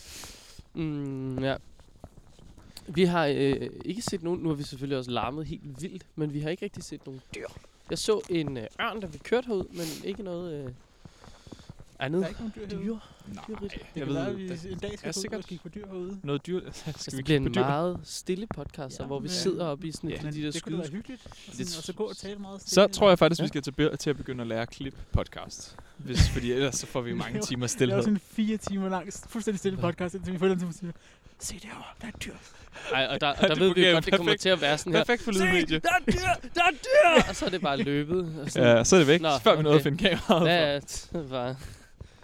mm, ja. Vi har øh, ikke set nogen, nu har vi selvfølgelig også larmet helt vildt, men vi har ikke rigtig set nogen dyr. Jeg så en øh, ørn, der vi kørte herud, men ikke noget øh, andet. Der er ikke nogen dyr herude. dyr. Nej, Dyrigt. Det jeg kan være, ved, at vi der en dag er skal gå ud sikkert og kigge på dyr herude. noget dyr. Skal Altså, vi det bliver kigge en på dyr? meget stille podcast, Ja, hvor vi men- sidder oppe i sådan Ja, et Men af de der det kunne da være skyde. hyggeligt. Og, Det- sådan, og så gå og tale meget Så stille. tror jeg faktisk, Ja. vi skal til, be- til at begynde at lære klip podcast. Hvis, fordi ellers så får vi mange timer Det er stillhed. sådan en fire timer lang, fuldstændig stille podcast, indtil vi føler, at vi siger, se derovre, der er et dyr. Ej, og der, og Det der ved vi fungerer jo godt, det kommer perfekt. til at være sådan her. Perfekt for lydmedie. der er dyr, der er dyr! Og så er det bare løbet. Og sådan, Ja, så er det væk, Nå, før vi nåede at okay. finde kameraet. ja, Ja. ja, det er bare...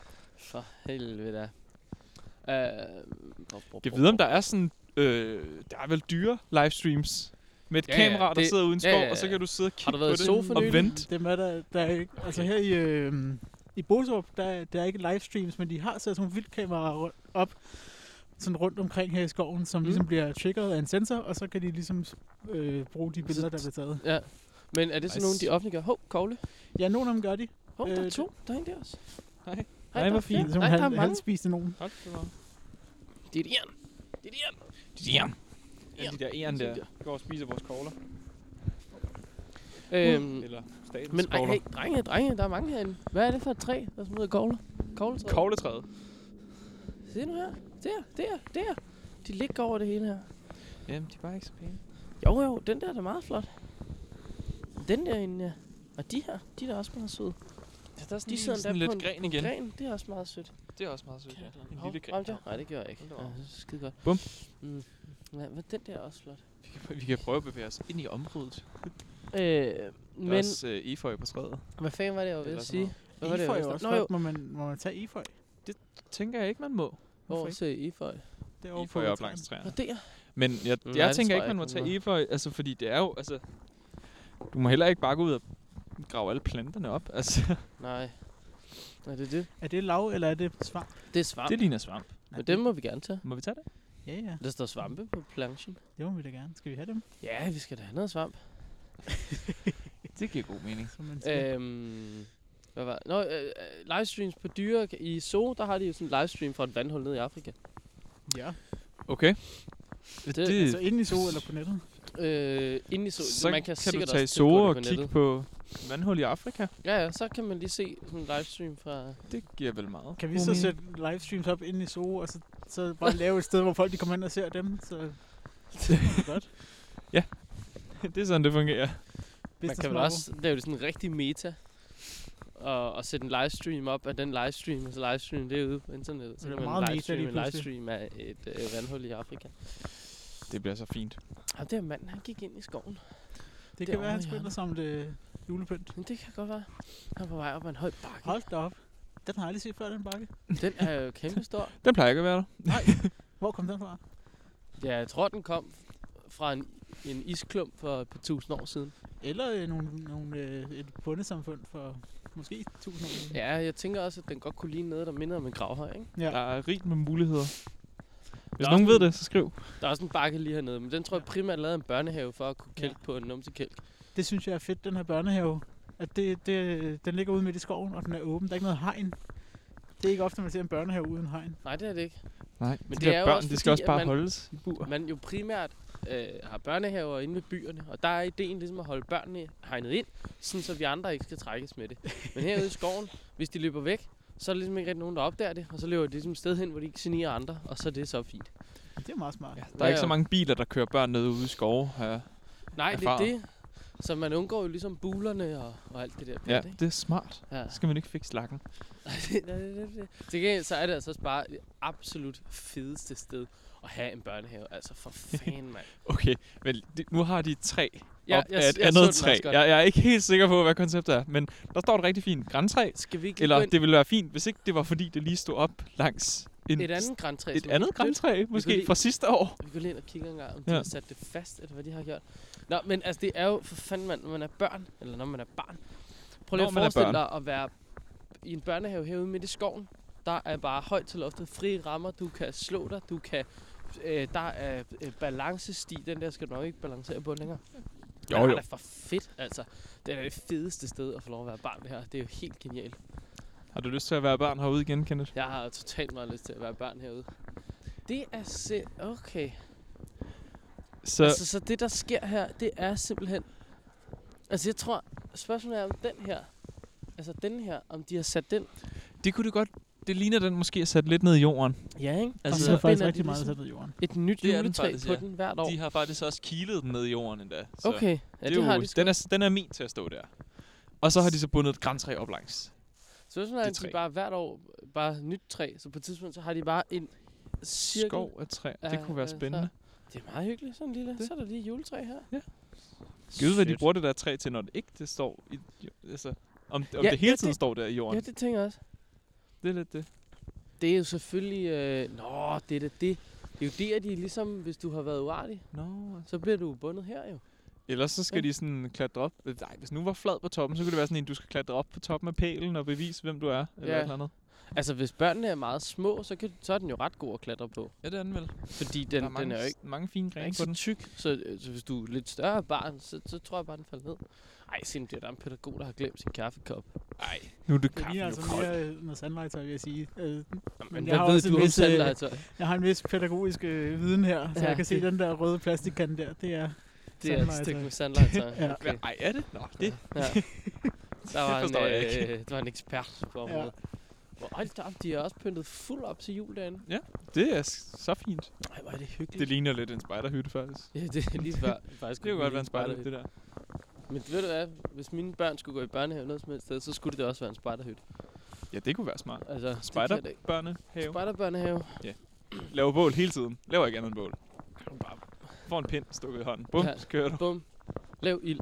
For helvede da. Uh, Jeg ved, om der er sådan... Øh, der er vel dyre livestreams med et Ja, ja, kamera, der det- sidder uden skov, ja, ja, ja. og så kan du sidde og Har kigge du på været i det Zoo for og nylig? vente. Dem er der, der er ikke, altså her i, øh, i Boserup, der, der er ikke livestreams, men de har sat sådan nogle vildkameraer rundt, op, sådan rundt omkring her i skoven, som Mm. mm. ligesom bliver triggeret af en sensor, og så kan de ligesom øh, bruge de billeder, Så- der bliver taget. Ja. Men er det sådan Nice. nogle, de offentliggør? Hov, kogle. Ja, nogle af dem gør de. Hov, der er Øh, to. Der er en der også. Hej. Hej, Hej, der hvor er fint. flere. Ligesom Nej, der er han, mange. han spiste nogen. Hold da op. Det er et jern. Det er et jern. De der. Ja, de der æren der. Går og spiser vores kogler. Øhm, Eller statens men ej, kogler. hey, drenge, drenge, der er mange herinde. Hvad er det for et træ, der smider kogler? Kogletræet. Kogletræet. Se nu her. Der, der, der. De ligger over det hele her. Jamen, de er bare ikke så pæne. Jo, jo, den der er da meget flot. Den der inde, ja. Og de her, de er da også meget søde. Ja, der er sådan, De sidder sådan endda lidt på en, gren på en igen. gren. Det er også meget sødt. Det er også meget sødt. Ja. En Hov, lille gren. ramte jeg? Nej, det gjorde jeg ikke. Hold da Ja, op. det er skide godt. Bum. Mm. Ja, men den der er også flot. Vi kan, vi kan prøve at bevæge os ind i området. Øh, Der er men også øh, efeu på træet. hvad fanden var det, jeg var ved Eller at sådan sige? noget. Hvad var det, jeg Efeu var er ved jo at også snakke- Nå, jo. flot. Må man, må man tage efeu? Tænker jeg ikke, man må. Hvor ikke? ser efeu? Det er over Efeu på er op træerne. langs træerne. Og der. Men jeg, Nej, jeg det tænker tror ikke, jeg man må ikke, tage man må. efeu. Altså, fordi det er jo... Altså, du må heller ikke bare gå ud og grave alle planterne op. Altså, Nej. Nej, det er det. Er det lav, eller er det svamp? Det er svamp. det ligner svamp. Men dem må vi gerne tage. Må vi tage det? Ja, ja. Der står svampe på planchen. Det må vi da gerne. Skal vi have dem? Ja, vi skal da have noget svamp. Det giver god mening. Som man siger. Øhm, hvad var Nå, øh, øh, livestreams på dyre. I Zoo, der har de jo sådan en livestream fra et vandhul nede i Afrika. Ja. Okay. Det- det, Altså inde i Zoo eller på nettet? Øh, inde i Zoo. så man kan, kan du sikkert tage i også tilgå Zoo det og på kigge nettet. på vandhul i Afrika. Ja, ja, så kan man lige se sådan en livestream fra... Det giver vel meget. Kan vi god så mening. sætte livestreams op inde i Zoo, og så, så bare lave et sted, hvor folk de kommer ind og ser dem? Så det er godt. Det er sådan, det fungerer. Man Business kan vel model. også lave det sådan en rigtig meta. Og, og sætte en livestream op af den livestream. Altså livestream, det er ude på internettet. Så Det er kan man meget meta livestream lige en pludselig. livestream af et øh, vandhul i Afrika. Det bliver så fint. Og der manden, han gik ind i skoven. Det derovre kan være, han i skulle ind og hjørnet. samle julepynt. Men det kan godt være. Han er på vej op ad en høj bakke. Hold da op. Den har jeg aldrig set før, den bakke. Den er jo kæmpe stor. Den plejer ikke at være der. Hvor kom den fra? Ja, jeg tror, den kom fra en, en isklump for et par tusind år siden. Eller øh, nogle, nogle, øh, et bundesamfund for måske tusind år siden. Ja, jeg tænker også, at den godt kunne ligne noget, der minder om en gravhøj, ikke? Ja. Der er rigt med muligheder. Hvis er nogen også ved en- det, så skriv. Der er også en bakke lige hernede, men den tror jeg primært lavede en børnehave for at kunne kælke Ja. på en numsekælk. Det synes jeg er fedt, den her børnehave. At det, det, den ligger ude midt i skoven, og den er åben. Der er ikke noget hegn. Det er ikke ofte, man ser en børnehave uden hegn. Nej, det er det ikke. Nej, Men de det der er jo børn, også de skal fordi, også at bare man- holdes i bur. Man jo primært øh, har børnehaver inde ved byerne, og der er ideen ligesom at holde børnene hegnet ind, sådan så vi andre ikke skal trækkes med det. Men herude i skoven, hvis de løber væk, så er der ligesom ikke rigtig nogen, der opdager det, og så løber de ligesom et sted hen, hvor de ikke generer andre, og så er det så fint. Det er meget smart. Ja, Ja. der er ikke Ja. så mange biler, der kører børn ned ude i skove. Her. Nej, Erfaret. det er det. Så man undgår jo ligesom bulerne og, og alt det der. Ja, pjat, ikke? det er smart. Ja. Så skal man ikke fikse lakken. det, det, det, det. Til gengæld, så er det altså også bare det absolut fedeste sted at have en børnehave. Altså for fanden, mand. Okay, men de, nu har de tre Ja, op jeg- af et jeg så andet den træ. også godt. Jeg, jeg er ikke helt sikker på, hvad konceptet er, men der står et rigtig fint grantræ. Skal vi ikke lige Eller gå ind det ville være fint, hvis ikke det var fordi, det lige stod op langs en, et andet grantræ? et som er andet helt dødt? grantræ, måske lige- fra sidste år. Vi går lige ind og kigger en gang, om de Ja. har sat det fast, eller hvad de har gjort. Nå, men altså, det er jo for fanden, mand, når man er børn, eller når man er barn. Prøv lige Når at man er forestille børn. dig at være i en børnehave herude midt i skoven. Der er bare højt til loftet, frie rammer, du kan slå dig, du kan... Øh, der er øh, balancesti, den der skal du nok ikke balancere på længere. Jo, Men jo. Det er for fedt, altså. Det er det fedeste sted at få lov at være barn, det her. Det er jo helt genialt. Har du lyst til at være barn herude igen, Kenneth? Jeg har totalt meget lyst til at være barn herude. Det er se... Okay. Så Altså, så det, der sker her, det er simpelthen... Altså, jeg tror, spørgsmålet er om den her... Altså, den her, om de har sat den... det kunne det godt... Det ligner, den måske er sat lidt ned i jorden. Ja, ikke? Altså, Altså, det er så faktisk binder rigtig de meget ligesom sat ned i jorden. et nyt Det er den juletræ faktisk, på ja. den hvert år. De har faktisk også kilet den ned i jorden endda. Så Okay, ja, det det, er har jo, de sgu. den, er, den er ment til at stå der. Og så har de så bundet et grantræ op langs. Spørgsmålet er, det at de træ. bare hvert år bare nyt træ, så på et tidspunkt, så har de bare en cirkel. Skov af træ. Det af- kunne være af spændende. Det er meget hyggeligt, sådan en lille. Det. Så er der lige juletræ her. Ja. Gud, hvad de Shit. bruger det der træ til, når det ikke det står i... jo, Altså, om, om Ja, det hele ja, tiden det- står der i jorden. Ja, det tænker jeg også. Det er lidt det. Det er jo selvfølgelig... Øh, nå, det er det, det. Det er jo det, at de ligesom, hvis du har været uartig, Nå. så bliver du bundet her jo. Ellers så skal Ja. de sådan klatre op. Nej, hvis nu var flad på toppen, så kunne det være sådan en, du skal klatre op på toppen af pælen og bevise, hvem du er. Eller Ja. et eller andet. Altså, hvis børnene er meget små, så, kan, så er den jo ret god at klatre på. Ja, det er den vel. Fordi Der den, er mange, den er jo ikke, mange fine den er grene ikke på så den. tyk. Så, øh, så hvis du er lidt større barn, så, så tror jeg bare, den falder ned. Ej, simpelthen, der er en pædagog, der har glemt sin kaffekop. Nej, nu er det Det kaffe ligner jo altså koldt. mere øh, noget sandlegetøj, vil jeg sige. Øh, Men jeg hvad har ved også en du om vis, øh, sandlegetøj? jeg har en vis pædagogisk øh, viden her, så Ja, jeg kan se det- den der røde plastikkande der. Det er Det er et stykke med sandlegetøj. Ja. Okay. Ej, er det? Nå, det. Ja. Der var, en, forstår jeg øh, ikke. der var en ekspert på området. Ja. Hold da op, de er også pyntet fuld op til juledagen. Det er s- så fint. Ej, hvor er det hyggeligt. Det ligner lidt en spejderhytte, faktisk. Ja, det er lige før. Det, faktisk Det kunne godt være en spejderhytte, det der. Men ved du hvad, hvis mine børn skulle gå i børnehave noget som helst sted, så skulle det også være en spejderhytte. Ja, det kunne være smart. Altså, det kan jeg da ikke. Spejderbørnehave. Spejderbørnehave. Laver bål hele tiden. Laver ikke andet end bål. Bare får en pind stukket i hånden. Bum, Ja. så kører du. Bum. Lav ild.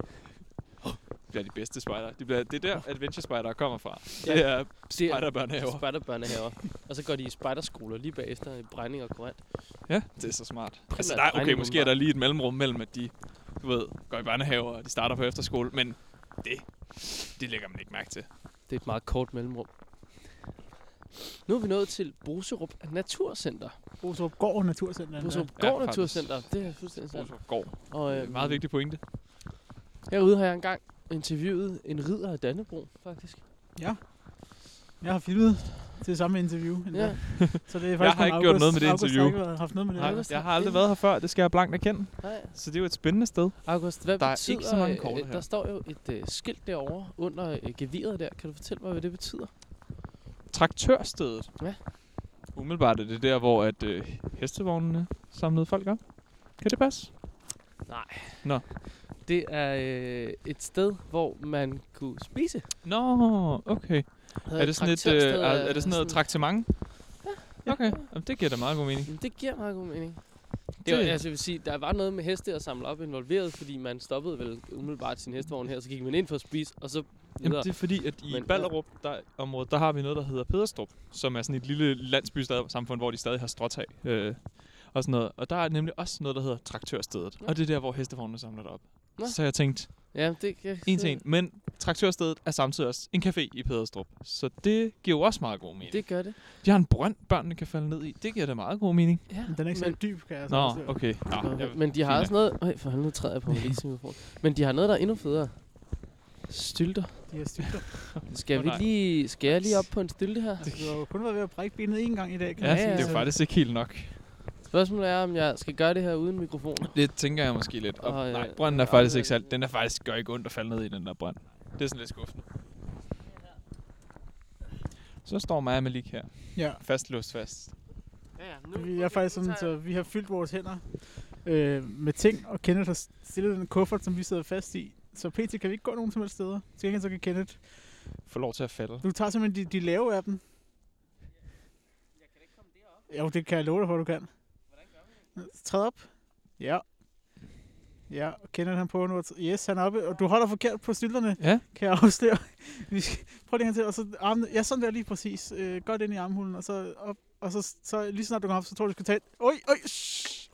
Det bliver de bedste spejder. Det, bliver, det er der, adventure spejder kommer fra. Ja. Det er Det er spejderbørnehaver. spejderbørnehaver. Og så går de i spejderskoler lige bagefter i Brejning og Korant. Ja, det er så smart. Primært Altså, der er, okay, Brejning, måske er umiddelbart. der lige et mellemrum mellem, at de du ved, går i børnehaver, og de starter på efterskole, men det, det lægger man ikke mærke til. Det er et meget kort mellemrum. Nu er vi nået til Boserup Naturcenter. Boserup Gård Naturcenter. Boserup Ja, Gård faktisk. Naturcenter. Det er fuldstændig sandt. Boserup Gård. Og Det er øh, en meget vigtig pointe. herude har jeg engang interviewet en ridder af Dannebro, faktisk. Ja. Jeg har filmet til samme interview. endda. Ja. Så det er Jeg faktisk har kun ikke gjort August- noget med det August interview. har ikke været- haft noget med det. Nej, at gøre. August jeg har har aldrig ikke- været her før, det skal jeg blankt erkende. Nej. Så det er jo et spændende sted. August, hvad Der er betyder... ikke så mange øh, korte øh, her. Der står jo et øh, skilt derovre under øh, geviret der. Kan du fortælle mig, hvad det betyder? Traktørstedet. Ja. Umiddelbart er det der, hvor at, øh, hestevognene samlede folk op. Kan det passe? Nej. Nå. Det er øh, et sted, hvor man kunne spise. Nå, okay. Er det sådan et, øh, er, er det sådan noget traktement? Ja. Okay, jamen, det giver da meget god mening. Jamen, det giver meget god mening. Det var, Det- altså, jeg vil sige, der var noget med heste at samle op involveret, fordi man stoppede vel umiddelbart sin hestevogn her, så gik man ind for at spise, og så Jamen, videre. det er fordi, at i Men- Ballerup der, området, der har vi noget, der hedder Pederstrup, som er sådan et lille landsbysamfund, hvor de stadig har stråtag øh, og sådan noget. Og der er nemlig også noget, der hedder Traktørstedet, Nå. og det er der, hvor hestevognene samler op. Nå. Så jeg tænkte, Ja, det kan en til en. Men Traktørstedet er samtidig også en café i Pederstrup, så det giver jo også meget god mening. Det gør det. De har en brønd, børnene kan falde ned i. Det giver da meget god mening. Ja, Men den er ikke så men, dyb, kan jeg så Nå, afsløre. okay. Nå, Nå, jeg- men de har fint også noget... Øj, for helvede, nu træder jeg på min mikrofon. Men de har noget, der er endnu federe. Stylter. De her stylter. Skal Åh, vi nej. lige... Skal jeg lige op på en stylte her? Du har jo kun været ved at brække benet en gang i dag, kan Ja, man Ja, sige. ja. det er jo faktisk ikke helt nok. Spørgsmålet er, om jeg skal gøre det her uden mikrofon. Det tænker jeg måske lidt. Og, Og, øh, nej, brønden er og- faktisk ikke særlig. Den er faktisk gør ikke ondt at falde ned i den der brønd. Det er sådan lidt skuffende. Så står mig og Malik her. Ja. Fastlåst fast. Ja, ja, Vi er faktisk sådan, så vi har fyldt vores hænder øh, med ting, og Kenneth har stillet en kuffert, som vi sidder fast i. Så pt. kan vi ikke gå nogen som helst steder. Til gengæld så kan Kenneth. Få lov til at falde. Du tager simpelthen de, de lave af dem. Jeg kan ikke komme derop. Jo, det kan jeg love dig for, du kan. Hvordan gør vi det? Træd op. Ja. Ja, og Kenneth han på nu. at- Yes, han er oppe. Og du holder forkert på stylterne, Ja. kan jeg afsløre. Vi skal, prøv lige en gang til. Og så armen, ja, sådan der lige præcis. Øh, godt ind i armhulen, og så op. Og så, så lige snart du kommer op, så tror du, du skal tage et... Oj, oj, shh.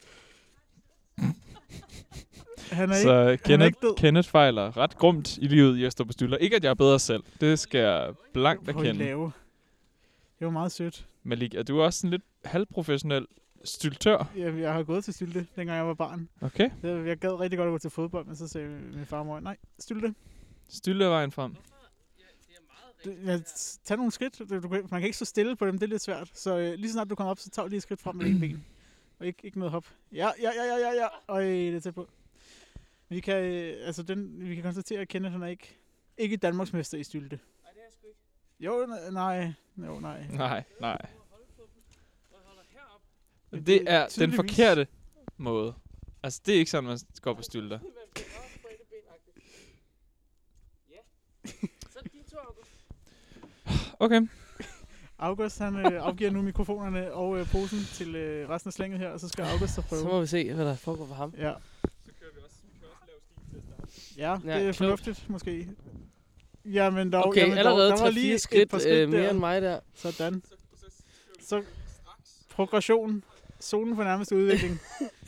Han er Så ikke, ikke Kenneth, død. Kenneth fejler ret grumt i livet i at stå på stylter. Ikke at jeg er bedre selv. Det skal jeg blankt Prøv at erkende. lave. Det var meget sødt. Malik, er du også sådan lidt halvprofessionel styltør? Jeg, jeg har gået til stylte, dengang jeg var barn. Okay. Jeg, jeg gad rigtig godt at gå til fodbold, men så sagde min far og mor, nej, stylte. Stylte er vejen frem. Det- Ja, tag nogle skridt. Du, du, kan- man kan ikke stå stille på dem, det er lidt svært. Så øh, lige snart du kommer op, så tager du lige et skridt frem med det ene ben. Og ikke, ikke noget hop. Ja, ja, ja, ja, ja, ja. Øj, det er tæt på. Vi kan, øh, altså den, vi kan konstatere, at Kenneth han er ikke, ikke Danmarksmester i stylte. Nej, det er jeg sgu ikke. Jo, n- nej. Jo, nej. Nej, nej. Jeg holder herop. Men Det er den tydeligvis- forkerte måde. Altså, det er ikke sådan, man går på stylter. Ja. Så er det de to, August. Okay. August han øh, afgiver nu mikrofonerne og øh, posen til øh, resten af slænget her, og så skal August så prøve. Så må vi se, hvad der foregår for ham. Ja. Så kører vi også, vi kan også lave stil til at starte. Ja, Ja, det er klogt. fornuftigt måske. Jamen dog, Okay, jamen, allerede dog, der var lige tre-fire et skridt, par skridt øh, mere der. end mig der. Sådan. Så, så Så progression. Zonen for nærmeste udvikling.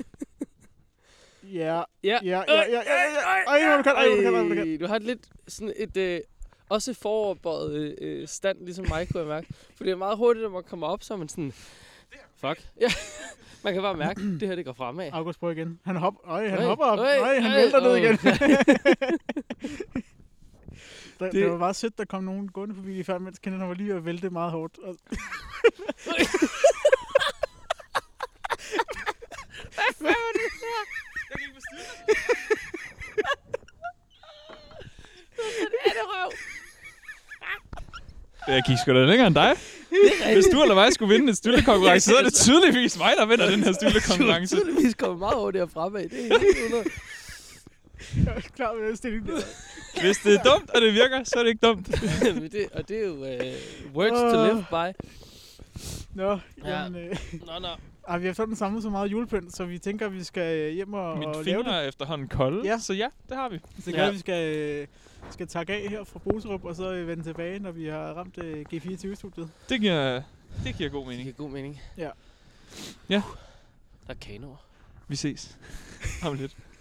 Ja, Ja. ja, ja, ja, ja, ja. Ej, hvor du kan, ej, hvor du kan, ej, hvor du kan. Ej, du har lidt sådan et... Øh, også foroverbøjet øh, stand, ligesom mig, kunne jeg mærke. For det er meget hurtigt, når man kommer op, så er man sådan... Fuck. Ja. Man kan bare mærke, det her, det går fremad. August prøver igen. Han hopper, øj, han Øj, hopper op. øj, Øj, han øj, vælter ned åh. igen. det, Det- det var bare sødt, der kom nogen gående forbi lige før, mens Kenneth var lige ved at vælte meget hårdt. Og Hvad var det her? Jeg kan ikke bestyre det. Er det røv? Jeg gik sgu da længere end dig. Hvis du eller mig skulle vinde en styltekonkurrence, så er det tydeligvis mig, der vinder den her styltekonkurrence. Du er tydeligvis kommet meget hurtigere fremad. Det er helt hundrede. jeg er klar med den stilling der. Hvis det er dumt, og det virker, så er det ikke dumt. Men det, og det er jo uh, words to live by. Nå, Ja. jamen, øh, Nå, nå. ej, vi har sådan samlet så meget julepynt, så vi tænker, at vi skal hjem og, Mine og lave det. fingre er efterhånden kolde, Ja. så ja, det har vi. Så det Ja. gør, at vi skal, øh, skal takke af her fra Boserup, og så øh, vende tilbage, når vi har ramt øh, G fireogtyve-studiet. Det giver, det giver god Det mening. giver god mening. Ja. Ja. Der er kanoer. Vi ses om lidt.